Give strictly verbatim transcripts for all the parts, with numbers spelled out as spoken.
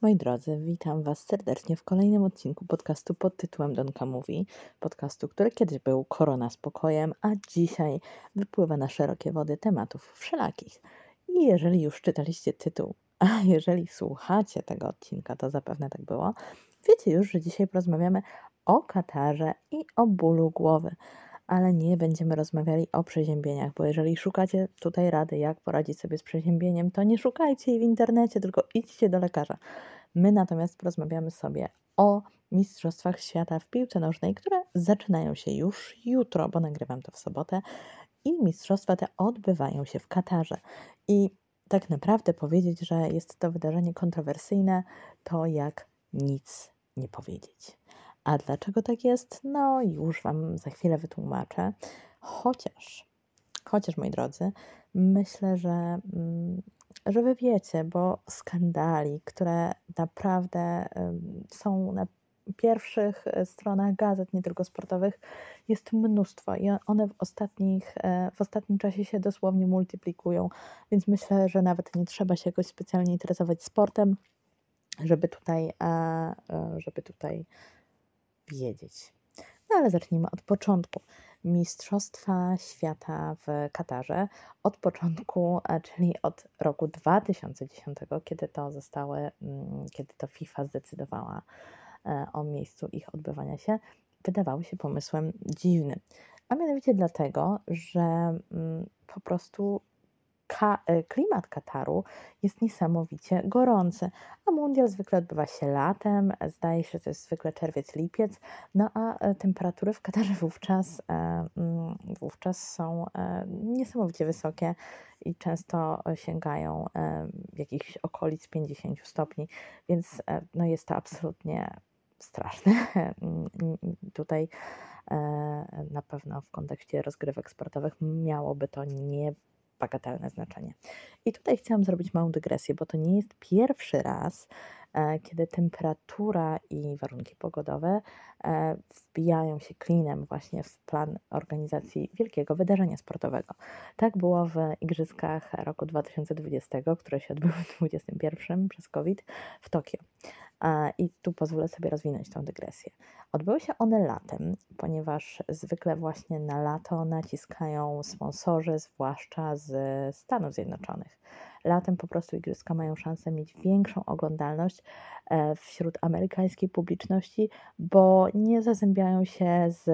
Moi drodzy, witam Was serdecznie w kolejnym odcinku podcastu pod tytułem Donka Mówi. Podcastu, który kiedyś był korona spokojem, a dzisiaj wypływa na szerokie wody tematów wszelakich. I jeżeli już czytaliście tytuł, a jeżeli słuchacie tego odcinka, to zapewne tak było, wiecie już, że dzisiaj porozmawiamy o katarze i o bólu głowy. Ale nie będziemy rozmawiali o przeziębieniach, bo jeżeli szukacie tutaj rady, jak poradzić sobie z przeziębieniem, to nie szukajcie jej w internecie, tylko idźcie do lekarza. My natomiast porozmawiamy sobie o Mistrzostwach Świata w piłce nożnej, które zaczynają się już jutro, bo nagrywam to w sobotę i mistrzostwa te odbywają się w Katarze. I tak naprawdę powiedzieć, że jest to wydarzenie kontrowersyjne, to jak nic nie powiedzieć. A dlaczego tak jest? No już Wam za chwilę wytłumaczę. Chociaż, chociaż moi drodzy, myślę, że, mm, że Wy wiecie, bo skandali, które naprawdę ym, są na pierwszych e, stronach gazet, nie tylko sportowych, jest mnóstwo i one w ostatnich, e, w ostatnim czasie się dosłownie multiplikują, więc myślę, że nawet nie trzeba się jakoś specjalnie interesować sportem, żeby tutaj, e, e, żeby tutaj wiedzieć. No ale zacznijmy od początku. Mistrzostwa Świata w Katarze od początku, e, czyli od roku dwa tysiące dziesiątego, kiedy to zostały, mm, kiedy to FIFA zdecydowała e, o miejscu ich odbywania się, wydawały się pomysłem dziwnym. A mianowicie dlatego, że mm, po prostu ka- e, klimat Kataru jest niesamowicie gorący, a mundial zwykle odbywa się latem, e, zdaje się, że to jest zwykle czerwiec, lipiec, no a e, temperatury w Katarze wówczas, e, mm, wówczas są e, niesamowicie wysokie i często sięgają e, jakichś okolic pięćdziesiąt stopni, więc e, no jest to absolutnie straszne. Mm, mm, Tutaj e, na pewno w kontekście rozgrywek sportowych miałoby to niebagatelne znaczenie. I tutaj chciałam zrobić małą dygresję, bo to nie jest pierwszy raz, e, kiedy temperatura i warunki pogodowe e, wbijają się klinem właśnie w plan organizacji wielkiego wydarzenia sportowego. Tak było w Igrzyskach roku dwa tysiące dwudziestego, które się odbyły w dwudziestym pierwszym przez COVID w Tokio. A, I tu pozwolę sobie rozwinąć tą dygresję. Odbyły się one latem, ponieważ zwykle właśnie na lato naciskają sponsorzy, zwłaszcza z Stanów Zjednoczonych. Latem po prostu igrzyska mają szansę mieć większą oglądalność e, wśród amerykańskiej publiczności, bo nie zazębiają się z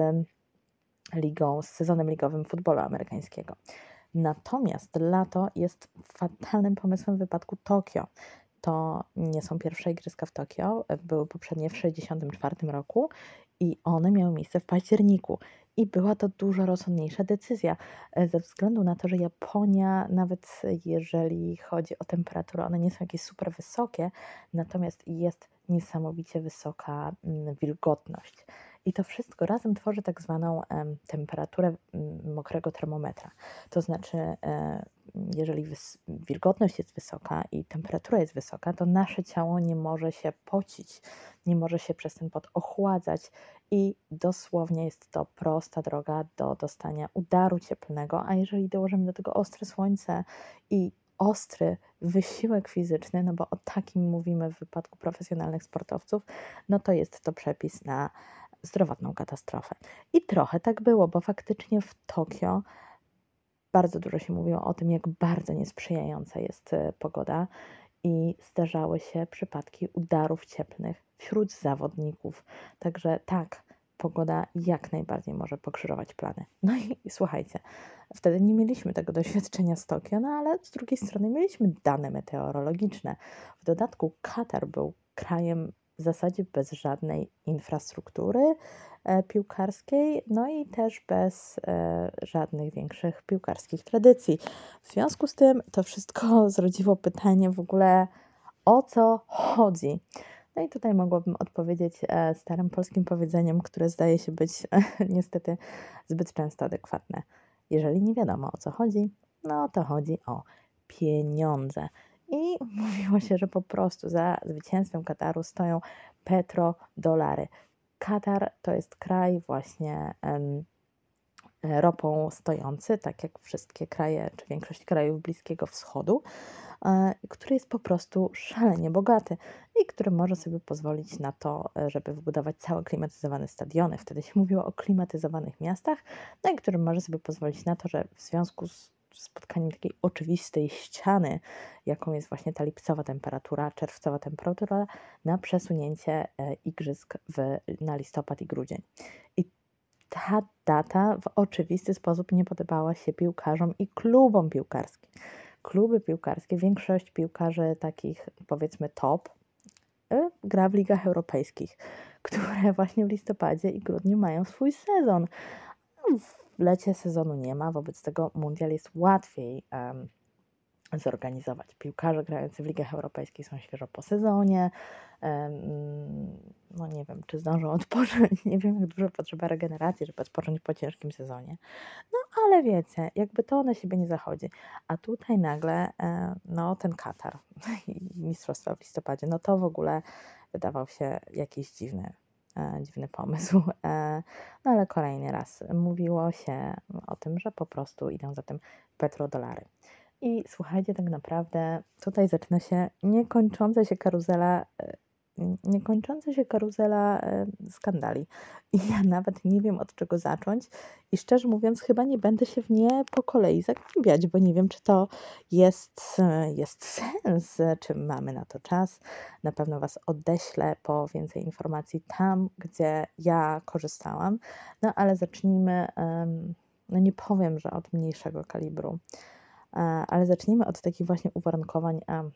ligą, z sezonem ligowym futbolu amerykańskiego. Natomiast lato jest fatalnym pomysłem w wypadku Tokio. To nie są pierwsze igrzyska w Tokio, były poprzednie w tysiąc dziewięćset sześćdziesiątym czwartym roku i one miały miejsce w październiku. I była to dużo rozsądniejsza decyzja, e, ze względu na to, że Japonia, nawet jeżeli chodzi o temperaturę, one nie są jakieś super wysokie, natomiast jest niesamowicie wysoka mm, wilgotność. I to wszystko razem tworzy tak zwaną em, temperaturę mm, mokrego termometra. To znaczy, e, jeżeli wys- wilgotność jest wysoka i temperatura jest wysoka, to nasze ciało nie może się pocić, nie może się przez ten pot ochładzać i dosłownie jest to prosta droga do dostania udaru cieplnego, a jeżeli dołożymy do tego ostre słońce i ostry wysiłek fizyczny, no bo o takim mówimy w wypadku profesjonalnych sportowców, no to jest to przepis na zdrowotną katastrofę. I trochę tak było, bo faktycznie w Tokio bardzo dużo się mówiło o tym, jak bardzo niesprzyjająca jest e, pogoda i zdarzały się przypadki udarów cieplnych wśród zawodników. Także tak, pogoda jak najbardziej może pokrzyżować plany. No i, i słuchajcie, wtedy nie mieliśmy tego doświadczenia z Tokio, no ale z drugiej strony mieliśmy dane meteorologiczne. W dodatku Katar był krajem w zasadzie bez żadnej infrastruktury e, piłkarskiej, no i też bez e, żadnych większych piłkarskich tradycji. W związku z tym to wszystko zrodziło pytanie w ogóle, o co chodzi. No i tutaj mogłabym odpowiedzieć e, starym polskim powiedzeniem, które zdaje się być e, niestety zbyt często adekwatne. Jeżeli nie wiadomo o co chodzi, no to chodzi o pieniądze. I mówiło się, że po prostu za zwycięstwem Kataru stoją petrodolary. Katar to jest kraj właśnie em, e, ropą stojący, tak jak wszystkie kraje, czy większość krajów Bliskiego Wschodu, e, który jest po prostu szalenie bogaty i który może sobie pozwolić na to, e, żeby wybudować całe klimatyzowane stadiony. Wtedy się mówiło o klimatyzowanych miastach, no i który może sobie pozwolić na to, że w związku z spotkaniem takiej oczywistej ściany, jaką jest właśnie ta lipcowa temperatura, czerwcowa temperatura, na przesunięcie e, igrzysk w, na listopad i grudzień. I ta data w oczywisty sposób nie podobała się piłkarzom i klubom piłkarskim. Kluby piłkarskie, większość piłkarzy takich powiedzmy top, y, gra w ligach europejskich, które właśnie w listopadzie i grudniu mają swój sezon. No, w lecie sezonu nie ma, wobec tego mundial jest łatwiej em, zorganizować. Piłkarze grający w ligach europejskich są świeżo po sezonie, em, no nie wiem, czy zdążą odpocząć, nie wiem, jak dużo potrzeba regeneracji, żeby odpocząć po ciężkim sezonie. No ale wiecie, jakby to na siebie nie zachodzi. A tutaj nagle, e, no ten Katar i mistrzostwa w listopadzie, no to w ogóle wydawał się jakiś dziwny, e, dziwny pomysł. E, no ale kolejny raz mówiło się o tym, że po prostu idą za tym petrodolary. I słuchajcie, tak naprawdę tutaj zaczyna się niekończąca się karuzela, e, niekończąca się karuzela e, skandali. I ja nawet nie wiem, od czego zacząć. I szczerze mówiąc, chyba nie będę się w nie po kolei zagłębiać, bo nie wiem, czy to jest, e, jest sens, e, czy mamy na to czas. Na pewno Was odeślę po więcej informacji tam, gdzie ja korzystałam. No ale zacznijmy, em, no nie powiem, że od mniejszego kalibru. E, Ale zacznijmy od takich właśnie uwarunkowań e,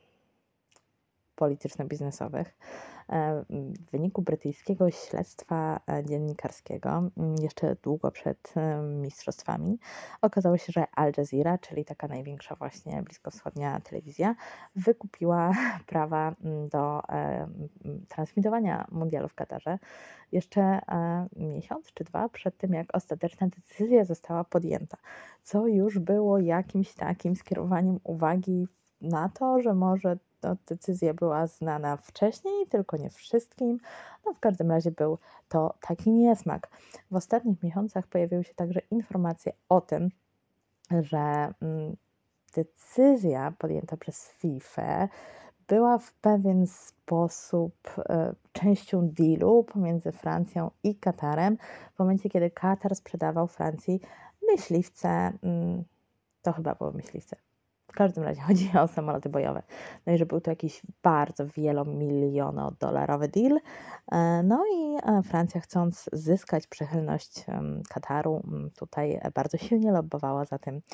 polityczno-biznesowych. E, W wyniku brytyjskiego śledztwa e, dziennikarskiego, m, jeszcze długo przed e, mistrzostwami, okazało się, że Al Jazeera, czyli taka największa właśnie bliskowschodnia telewizja, wykupiła prawa m, do e, m, transmitowania mundialu w Katarze jeszcze e, miesiąc czy dwa przed tym, jak ostateczna decyzja została podjęta, co już było jakimś takim skierowaniem uwagi na to, że może to decyzja była znana wcześniej, tylko nie wszystkim. No w każdym razie był to taki niesmak. W ostatnich miesiącach pojawiły się także informacje o tym, że mm, decyzja podjęta przez FIFA była w pewien sposób e, częścią dealu pomiędzy Francją i Katarem, w momencie kiedy Katar sprzedawał Francji myśliwce, mm, to chyba były myśliwce. W każdym razie chodzi o samoloty bojowe. No i że był to jakiś bardzo wielomilionodolarowy deal. E, No i e, Francja, chcąc zyskać przychylność em, Kataru, m, tutaj bardzo silnie lobbowała za tym,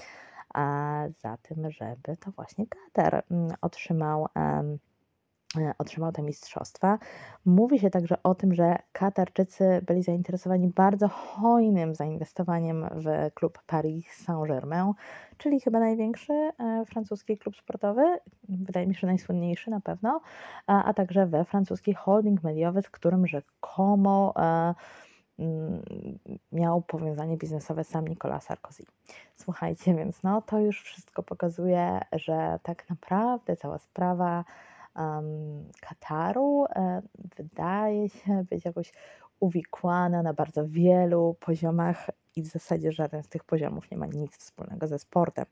a za tym, żeby to właśnie Katar mm, otrzymał, em, e, otrzymał te mistrzostwa. Mówi się także o tym, że Katarczycy byli zainteresowani bardzo hojnym zainwestowaniem w klub Paris Saint-Germain, czyli chyba największy e, francuski klub sportowy, wydaje mi się, że najsłynniejszy na pewno, a, a także we francuski holding mediowy, z którym rzekomo e, mm, miał powiązanie biznesowe sam Nicolas Sarkozy. Słuchajcie, więc no to już wszystko pokazuje, że tak naprawdę cała sprawa um, Kataru e, wydaje się być jakoś uwikłana na bardzo wielu poziomach i w zasadzie żaden z tych poziomów nie ma nic wspólnego ze sportem.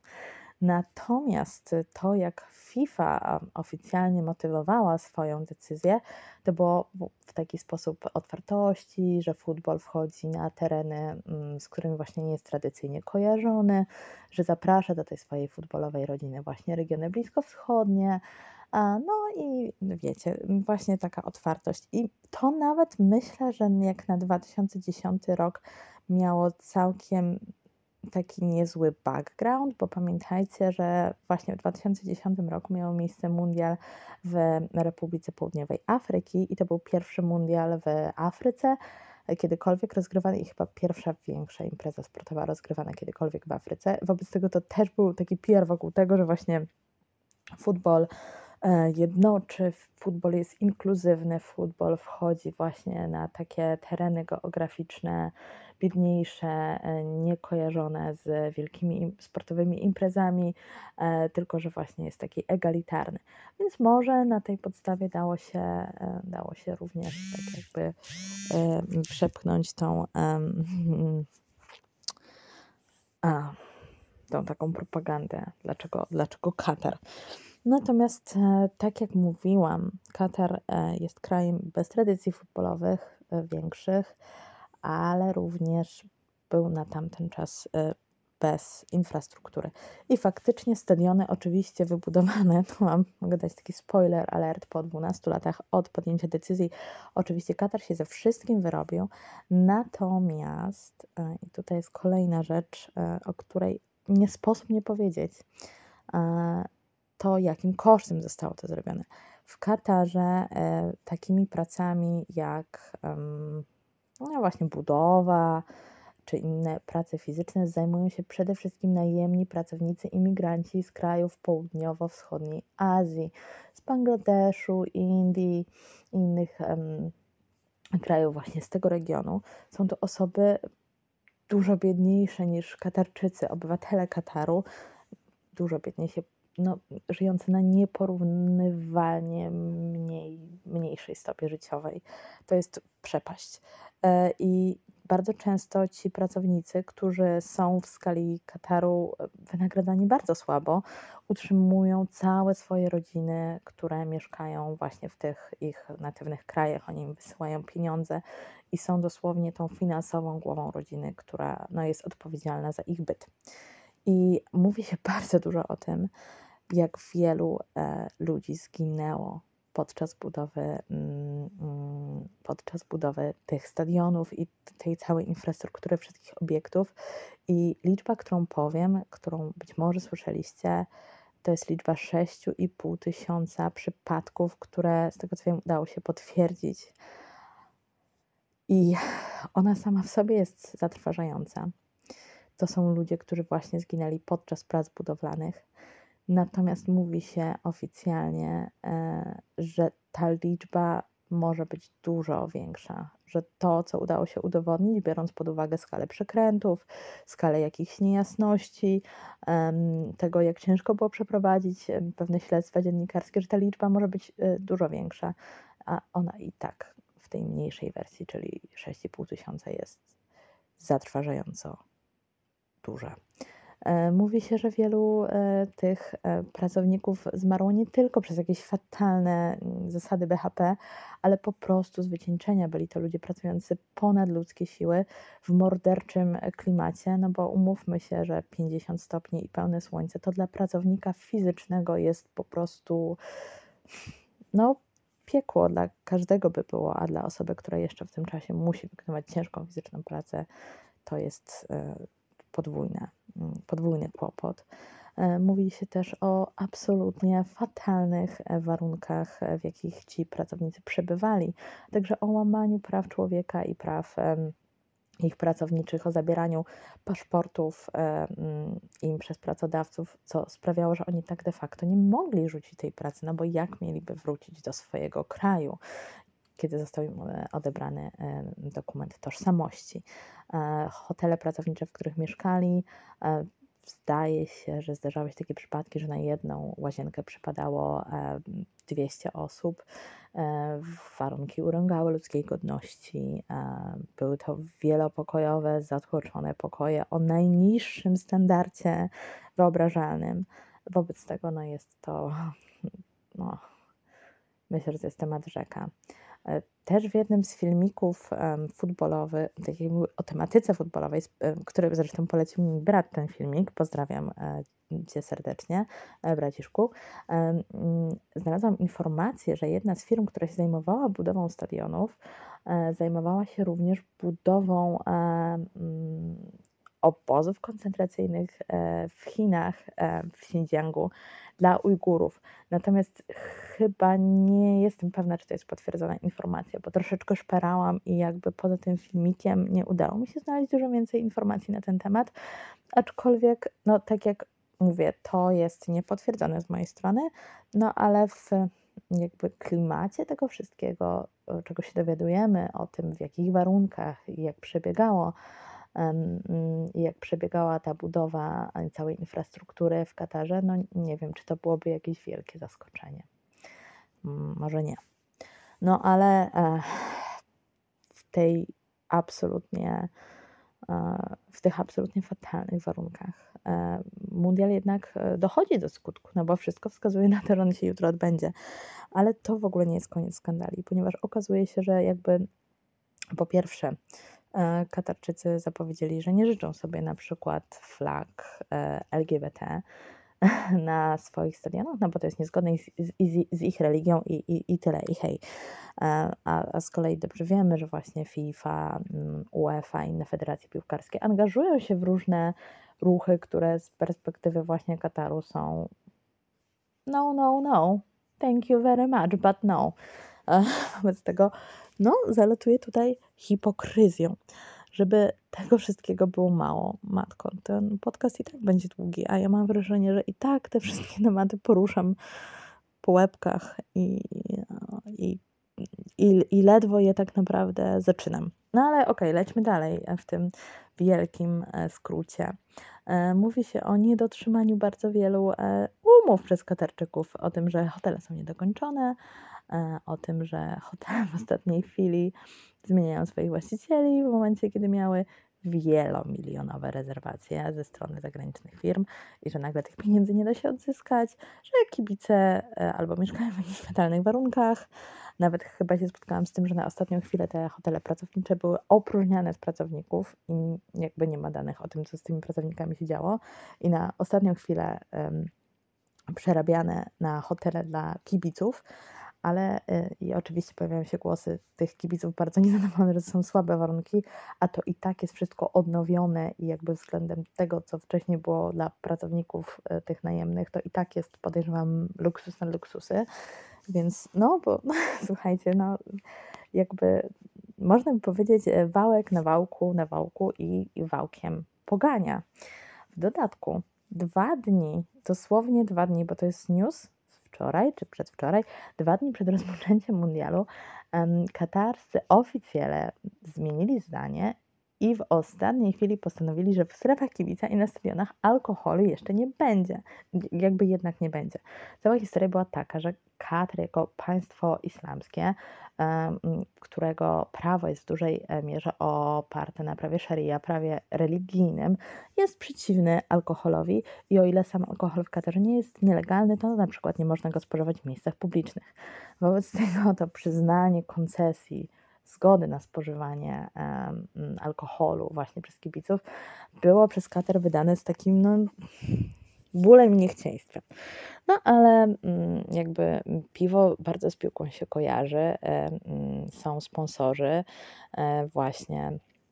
Natomiast to, jak FIFA oficjalnie motywowała swoją decyzję, to było w taki sposób otwartości, że futbol wchodzi na tereny, mm, z którymi właśnie nie jest tradycyjnie kojarzony, że zaprasza do tej swojej futbolowej rodziny właśnie regiony bliskowschodnie. A, No i wiecie, właśnie taka otwartość. I to nawet myślę, że jak na dwa tysiące dziesiąty rok miało całkiem taki niezły background, bo pamiętajcie, że właśnie w dwa tysiące dziesiątym roku miał miejsce mundial w Republice Południowej Afryki i to był pierwszy mundial w Afryce kiedykolwiek rozgrywany i chyba pierwsza większa impreza sportowa rozgrywana kiedykolwiek w Afryce. Wobec tego to też był taki P R wokół tego, że właśnie futbol e, jednoczy, futbol jest inkluzywny, futbol wchodzi właśnie na takie tereny geograficzne, biedniejsze, e, niekojarzone z wielkimi im- sportowymi imprezami, e, tylko że właśnie jest taki egalitarny. Więc może na tej podstawie dało się, e, dało się również tak jakby e, przepchnąć tą em, a, tą taką propagandę, dlaczego, dlaczego Katar. Natomiast, e, tak jak mówiłam, Katar e, jest krajem bez tradycji futbolowych e, większych, ale również był na tamten czas e, bez infrastruktury. I faktycznie stadiony oczywiście wybudowane, to mam, mogę dać taki spoiler alert, po dwunastu latach od podjęcia decyzji, oczywiście Katar się ze wszystkim wyrobił, natomiast, e, i tutaj jest kolejna rzecz, e, o której nie sposób nie powiedzieć, e, to jakim kosztem zostało to zrobione. W Katarze e, takimi pracami jak em, no właśnie budowa czy inne prace fizyczne zajmują się przede wszystkim najemni pracownicy imigranci z krajów południowo-wschodniej Azji, z Bangladeszu, Indii i innych em, krajów właśnie z tego regionu. Są to osoby dużo biedniejsze niż Katarczycy, obywatele Kataru, dużo biedniejsi, no, żyjący na nieporównywalnie mniej, mniejszej stopie życiowej. To jest przepaść. E, I bardzo często ci pracownicy, którzy są w skali Kataru e, wynagradzani bardzo słabo, utrzymują całe swoje rodziny, które mieszkają właśnie w tych ich natywnych krajach. Oni im wysyłają pieniądze i są dosłownie tą finansową głową rodziny, która no, jest odpowiedzialna za ich byt. I mówi się bardzo dużo o tym, jak wielu e, ludzi zginęło podczas budowy, mm, mm, podczas budowy tych stadionów i tej całej infrastruktury, wszystkich obiektów. I liczba, którą powiem, którą być może słyszeliście, to jest liczba sześć i pół tysiąca przypadków, które z tego co wiem udało się potwierdzić. I ona sama w sobie jest zatrważająca. To są ludzie, którzy właśnie zginęli podczas prac budowlanych. Natomiast mówi się oficjalnie, e, że ta liczba może być dużo większa, że to, co udało się udowodnić, biorąc pod uwagę skalę przekrętów, skalę jakichś niejasności, em, tego, jak ciężko było przeprowadzić em, pewne śledztwa dziennikarskie, że ta liczba może być e, dużo większa, a ona i tak w tej mniejszej wersji, czyli sześć i pół tysiąca, jest zatrważająco duża. E, Mówi się, że wielu e, tych e, pracowników zmarło nie tylko przez jakieś fatalne mm, zasady B H P, ale po prostu z wycieńczenia. Byli to ludzie pracujący ponad ludzkie siły w morderczym klimacie, no bo umówmy się, że pięćdziesiąt stopni i pełne słońce to dla pracownika fizycznego jest po prostu no piekło, dla każdego by było, a dla osoby, która jeszcze w tym czasie musi wykonywać ciężką fizyczną pracę, to jest e, podwójne, mm, podwójny kłopot. E, Mówi się też o absolutnie fatalnych e, warunkach, e, w jakich ci pracownicy przebywali, także o łamaniu praw człowieka i praw em, ich pracowniczych, o zabieraniu paszportów e, mm, im przez pracodawców, co sprawiało, że oni tak de facto nie mogli rzucić tej pracy, no bo jak mieliby wrócić do swojego kraju, kiedy został im e, odebrany e, dokument tożsamości. E, Hotele pracownicze, w których mieszkali, e, zdaje się, że zdarzały się takie przypadki, że na jedną łazienkę przypadało e, dwieście osób. E, Warunki urągały ludzkiej godności. E, Były to wielopokojowe, zatłoczone pokoje o najniższym standardzie wyobrażalnym. Wobec tego no jest to, no, myślę, że to jest temat rzeka. E, Też w jednym z filmików em, futbolowych, takich o tematyce futbolowej, sp- em, który zresztą polecił mi brat ten filmik, pozdrawiam e, Cię serdecznie, e, braciszku, em, mm, znalazłam informację, że jedna z firm, która się zajmowała budową stadionów, e, zajmowała się również budową e, mm, obozów koncentracyjnych e, w Chinach, e, w Xinjiangu dla Ujgurów. Natomiast chyba nie jestem pewna, czy to jest potwierdzona informacja, bo troszeczkę szperałam i jakby poza tym filmikiem nie udało mi się znaleźć dużo więcej informacji na ten temat, aczkolwiek, no tak jak mówię, to jest niepotwierdzone z mojej strony, no ale w jakby klimacie tego wszystkiego, o czego się dowiadujemy, o tym, w jakich warunkach i jak przebiegało, em, mm, i jak przebiegała ta budowa e, całej infrastruktury w Katarze, no nie wiem, czy to byłoby jakieś wielkie zaskoczenie. Mm, Może nie. No ale e, w tej absolutnie w tych absolutnie fatalnych warunkach. Mundial jednak dochodzi do skutku, no bo wszystko wskazuje na to, że on się jutro odbędzie. Ale to w ogóle nie jest koniec skandali, ponieważ okazuje się, że jakby po pierwsze Katarczycy zapowiedzieli, że nie życzą sobie na przykład flag L G B T na swoich stadionach, no bo to jest niezgodne z, z, z ich religią i, i, i tyle, i hej. A, a z kolei dobrze wiemy, że właśnie FIFA, UEFA i inne federacje piłkarskie angażują się w różne ruchy, które z perspektywy właśnie Kataru są no, no, no, thank you very much, but no. Wobec tego, no, zalatuje tutaj hipokryzją. Żeby tego wszystkiego było mało, matko, ten podcast i tak będzie długi, a ja mam wrażenie, że i tak te wszystkie tematy poruszam po łebkach i, i, i, i ledwo je tak naprawdę zaczynam. No ale okej, lećmy dalej w tym wielkim skrócie. Mówi się o niedotrzymaniu bardzo wielu umów przez Katarczyków, o tym, że hotele są niedokończone, o tym, że hotele w ostatniej chwili zmieniają swoich właścicieli w momencie, kiedy miały wielomilionowe rezerwacje ze strony zagranicznych firm i że nagle tych pieniędzy nie da się odzyskać, że kibice albo mieszkają w jakichś fatalnych warunkach. Nawet chyba się spotkałam z tym, że na ostatnią chwilę te hotele pracownicze były opróżniane z pracowników i jakby nie ma danych o tym, co z tymi pracownikami się działo. I na ostatnią chwilę um, przerabiane na hotele dla kibiców, ale y, i oczywiście pojawiają się głosy tych kibiców bardzo niezadowolonych, że są słabe warunki, a to i tak jest wszystko odnowione i jakby względem tego, co wcześniej było dla pracowników y, tych najemnych, to i tak jest, podejrzewam, luksus na luksusy, więc no, bo słuchajcie, no jakby można by powiedzieć wałek na wałku, na wałku i, i wałkiem pogania. W dodatku dwa dni, dosłownie dwa dni, bo to jest news wczoraj czy przedwczoraj, dwa dni przed rozpoczęciem mundialu um, katarscy oficjele zmienili zdanie i w ostatniej chwili postanowili, że w strefach kibica i na stadionach alkoholu jeszcze nie będzie. Jakby jednak nie będzie. Cała historia była taka, że Katar jako państwo islamskie, um, którego prawo jest w dużej mierze oparte na prawie szaria, prawie religijnym, jest przeciwny alkoholowi i o ile sam alkohol w Katarze nie jest nielegalny, to na przykład nie można go spożywać w miejscach publicznych. Wobec tego to przyznanie koncesji, zgody na spożywanie um, alkoholu właśnie przez kibiców było przez Katar wydane z takim no, bólem i niechciństwem. No ale mm, jakby piwo bardzo z piłką się kojarzy, e, mm, są sponsorzy e, właśnie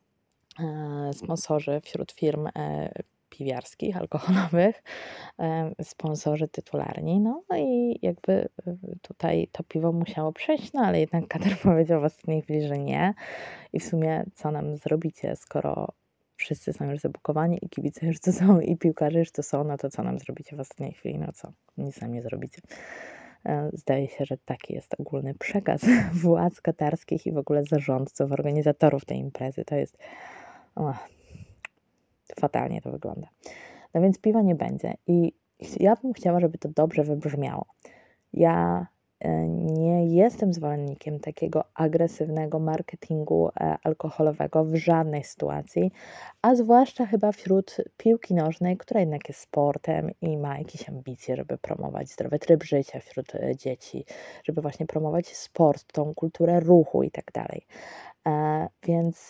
e, sponsorzy wśród firm e, piwiarskich, alkoholowych, e, sponsorzy tytularni, no i jakby e, tutaj to piwo musiało przejść, no ale jednak Katar powiedział w ostatniej chwili, że nie i w sumie co nam zrobicie, skoro wszyscy są już zabukowani i kibice już to są i piłkarze już to są, no to co nam zrobicie w ostatniej chwili, no co, nic nam nie zrobicie. Zdaje się, że taki jest ogólny przekaz władz katarskich i w ogóle zarządców, organizatorów tej imprezy. To jest o, fatalnie to wygląda. No więc piwa nie będzie i ja bym chciała, żeby to dobrze wybrzmiało. Ja nie jestem zwolennikiem takiego agresywnego marketingu alkoholowego w żadnej sytuacji, a zwłaszcza chyba wśród piłki nożnej, która jednak jest sportem i ma jakieś ambicje, żeby promować zdrowy tryb życia wśród dzieci, żeby właśnie promować sport, tą kulturę ruchu i tak dalej. Więc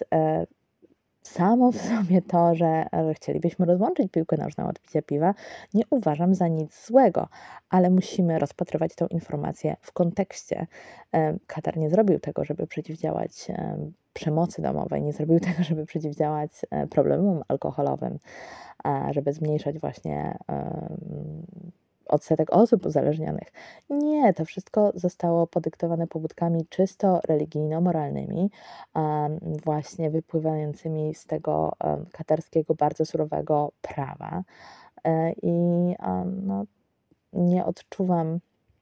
samo w sobie to, że, że chcielibyśmy rozłączyć piłkę nożną od picia piwa, nie uważam za nic złego, ale musimy rozpatrywać tę informację w kontekście. Katar nie zrobił tego, żeby przeciwdziałać przemocy domowej, nie zrobił tego, żeby przeciwdziałać problemom alkoholowym, żeby zmniejszać właśnie odsetek osób uzależnionych. Nie, to wszystko zostało podyktowane pobudkami czysto religijno-moralnymi, właśnie wypływającymi z tego katarskiego, bardzo surowego prawa. I no, nie odczuwam,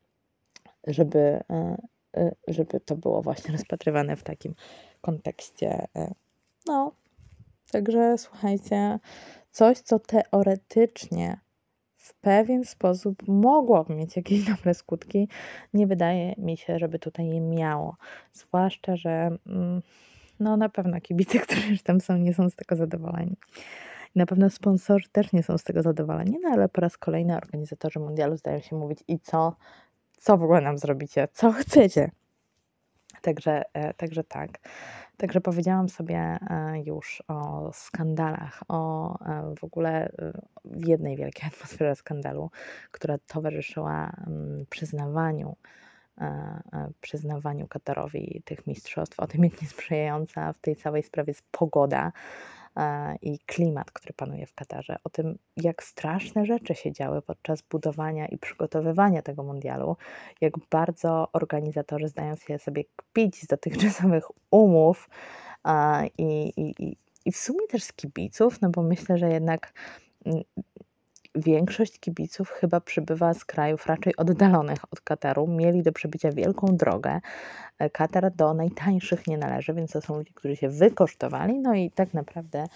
żeby, żeby to było właśnie rozpatrywane w takim kontekście. No, także słuchajcie, coś, co teoretycznie w pewien sposób mogłoby mieć jakieś dobre skutki, nie wydaje mi się, żeby tutaj je miało. Zwłaszcza, że mm, no na pewno kibice, którzy już tam są, nie są z tego zadowoleni. Na pewno sponsorzy też nie są z tego zadowoleni, no ale po raz kolejny organizatorzy mundialu zdają się mówić i co, co w ogóle nam zrobicie, co chcecie. Także, e, także tak. Także powiedziałam sobie e, już o skandalach, o e, w ogóle e, w jednej wielkiej atmosferze skandalu, która towarzyszyła mm, przyznawaniu, e, e, przyznawaniu Katarowi tych mistrzostw, o tym, jak niesprzyjająca w tej całej sprawie jest pogoda e, i klimat, który panuje w Katarze, o tym, jak straszne rzeczy się działy podczas budowania i przygotowywania tego mundialu, jak bardzo organizatorzy zdają się sobie kpić z dotychczasowych umów a, i, i, i, i w sumie też z kibiców, no bo myślę, że jednak mm, większość kibiców chyba przybywa z krajów raczej oddalonych od Kataru, mieli do przebycia wielką drogę. E, Katar do najtańszych nie należy, więc to są ludzie, którzy się wykosztowali, no i tak naprawdę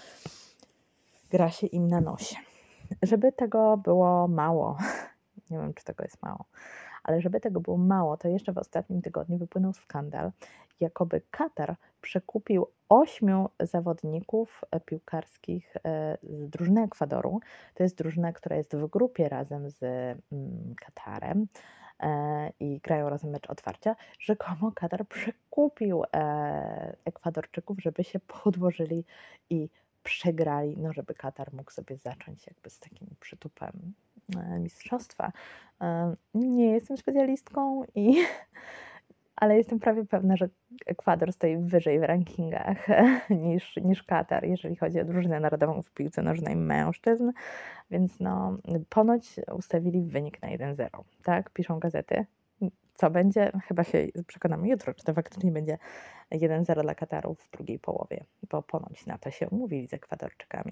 gra się im na nosie. Żeby tego było mało, nie wiem, czy tego jest mało, ale żeby tego było mało, to jeszcze w ostatnim tygodniu wypłynął skandal, jakoby Katar przekupił ośmiu zawodników e, piłkarskich e, z drużyny Ekwadoru. To jest drużyna, która jest w grupie razem z mm, Katarem e, i grają razem mecz otwarcia. Rzekomo Katar przekupił e, Ekwadorczyków, żeby się podłożyli i przegrali, no żeby Katar mógł sobie zacząć jakby z takim przytupem e, mistrzostwa. E, Nie jestem specjalistką, i, ale jestem prawie pewna, że Ekwador stoi wyżej w rankingach niż, niż Katar, jeżeli chodzi o drużynę narodową w piłce nożnej mężczyzn, więc no ponoć ustawili wynik na jeden zero, tak? Piszą gazety. Co będzie? Chyba się przekonamy jutro, czy to faktycznie będzie jeden zero dla Kataru w drugiej połowie, bo ponoć na to się umówili z Ekwadorczykami.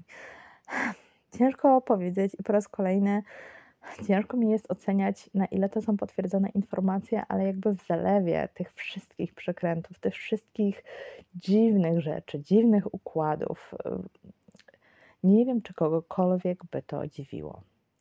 Ciężko powiedzieć i po raz kolejny ciężko mi jest oceniać, na ile to są potwierdzone informacje, ale jakby w zalewie tych wszystkich przekrętów, tych wszystkich dziwnych rzeczy, dziwnych układów, nie wiem, czy kogokolwiek by to dziwiło.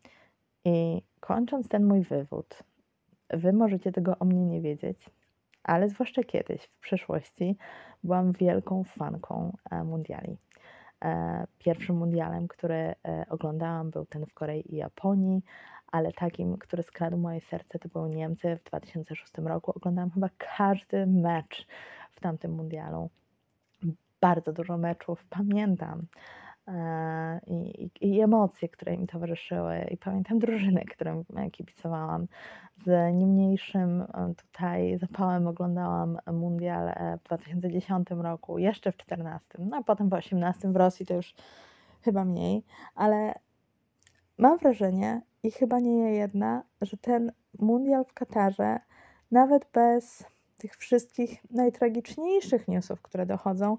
I kończąc ten mój wywód, wy możecie tego o mnie nie wiedzieć, ale zwłaszcza kiedyś, w przeszłości, byłam wielką fanką e, mundiali. E, Pierwszym mundialem, który e, oglądałam, był ten w Korei i Japonii, ale takim, który skradł moje serce, to były Niemcy w dwa tysiące szóstym roku. Oglądałam chyba każdy mecz w tamtym mundialu. Bardzo dużo meczów pamiętam. E, I, i, i emocje, które mi towarzyszyły, i pamiętam drużyny, którym kibicowałam. Z nie mniejszym e, tutaj zapałem oglądałam mundial e, w dwa tysiące dziesiątym roku, jeszcze w czternastym, no a potem w osiemnastym w Rosji to już chyba mniej, ale mam wrażenie, i chyba nie ja jedna, że ten mundial w Katarze, nawet bez tych wszystkich najtragiczniejszych newsów, które dochodzą,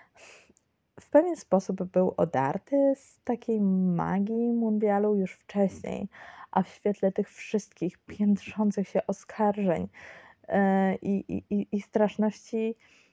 w pewien sposób był odarty z takiej magii mundialu już wcześniej, a w świetle tych wszystkich piętrzących się oskarżeń e, i, i, i, i straszności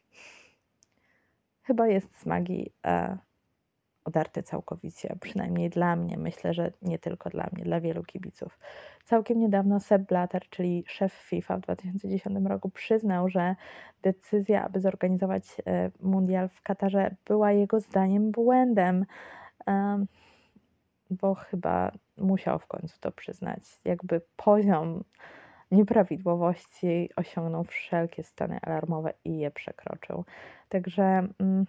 chyba jest z magii e, odarty całkowicie, przynajmniej dla mnie. Myślę, że nie tylko dla mnie, dla wielu kibiców. Całkiem niedawno Sepp Blatter, czyli szef FIFA w dwa tysiące dziesiątym roku, przyznał, że decyzja, aby zorganizować e, mundial w Katarze, była jego zdaniem błędem, em, bo chyba musiał w końcu to przyznać. Jakby poziom nieprawidłowości osiągnął wszelkie stany alarmowe i je przekroczył. Także mm,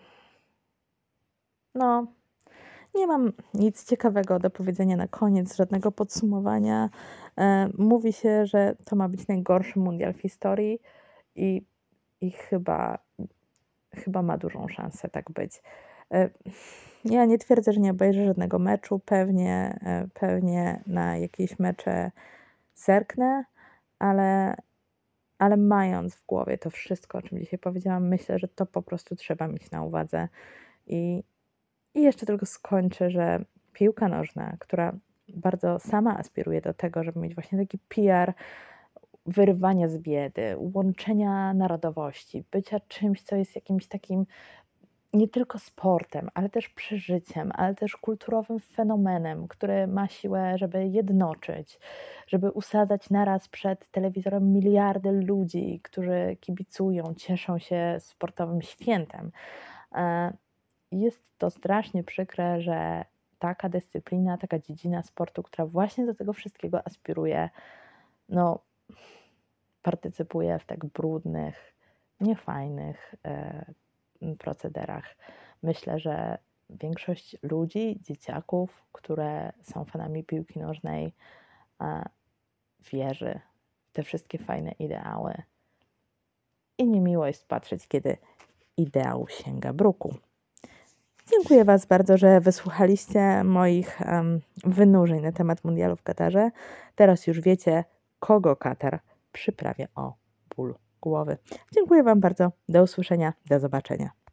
no, nie mam nic ciekawego do powiedzenia na koniec, żadnego podsumowania. E, mówi się, że to ma być najgorszy mundial w historii i, i chyba, chyba ma dużą szansę tak być. E, ja nie twierdzę, że nie obejrzę żadnego meczu, pewnie, e, pewnie na jakieś mecze zerknę, ale, ale mając w głowie to wszystko, o czym dzisiaj powiedziałam, myślę, że to po prostu trzeba mieć na uwadze. I, i jeszcze tylko skończę, że piłka nożna, która bardzo sama aspiruje do tego, żeby mieć właśnie taki P R, wyrywania z biedy, łączenia narodowości, bycia czymś, co jest jakimś takim nie tylko sportem, ale też przeżyciem, ale też kulturowym fenomenem, który ma siłę, żeby jednoczyć, żeby usadzać naraz przed telewizorem miliardy ludzi, którzy kibicują, cieszą się sportowym świętem. E, Jest to strasznie przykre, że taka dyscyplina, taka dziedzina sportu, która właśnie do tego wszystkiego aspiruje, no, partycypuje w tak brudnych, niefajnych e, procederach. Myślę, że większość ludzi, dzieciaków, które są fanami piłki nożnej, e, wierzy w te wszystkie fajne ideały. I niemiło jest patrzeć, kiedy ideał sięga bruku. Dziękuję Was bardzo, że wysłuchaliście moich um, wynurzeń na temat mundialu w Katarze. Teraz już wiecie, kogo Katar przyprawia o ból głowy. Dziękuję Wam bardzo. Do usłyszenia. Do zobaczenia.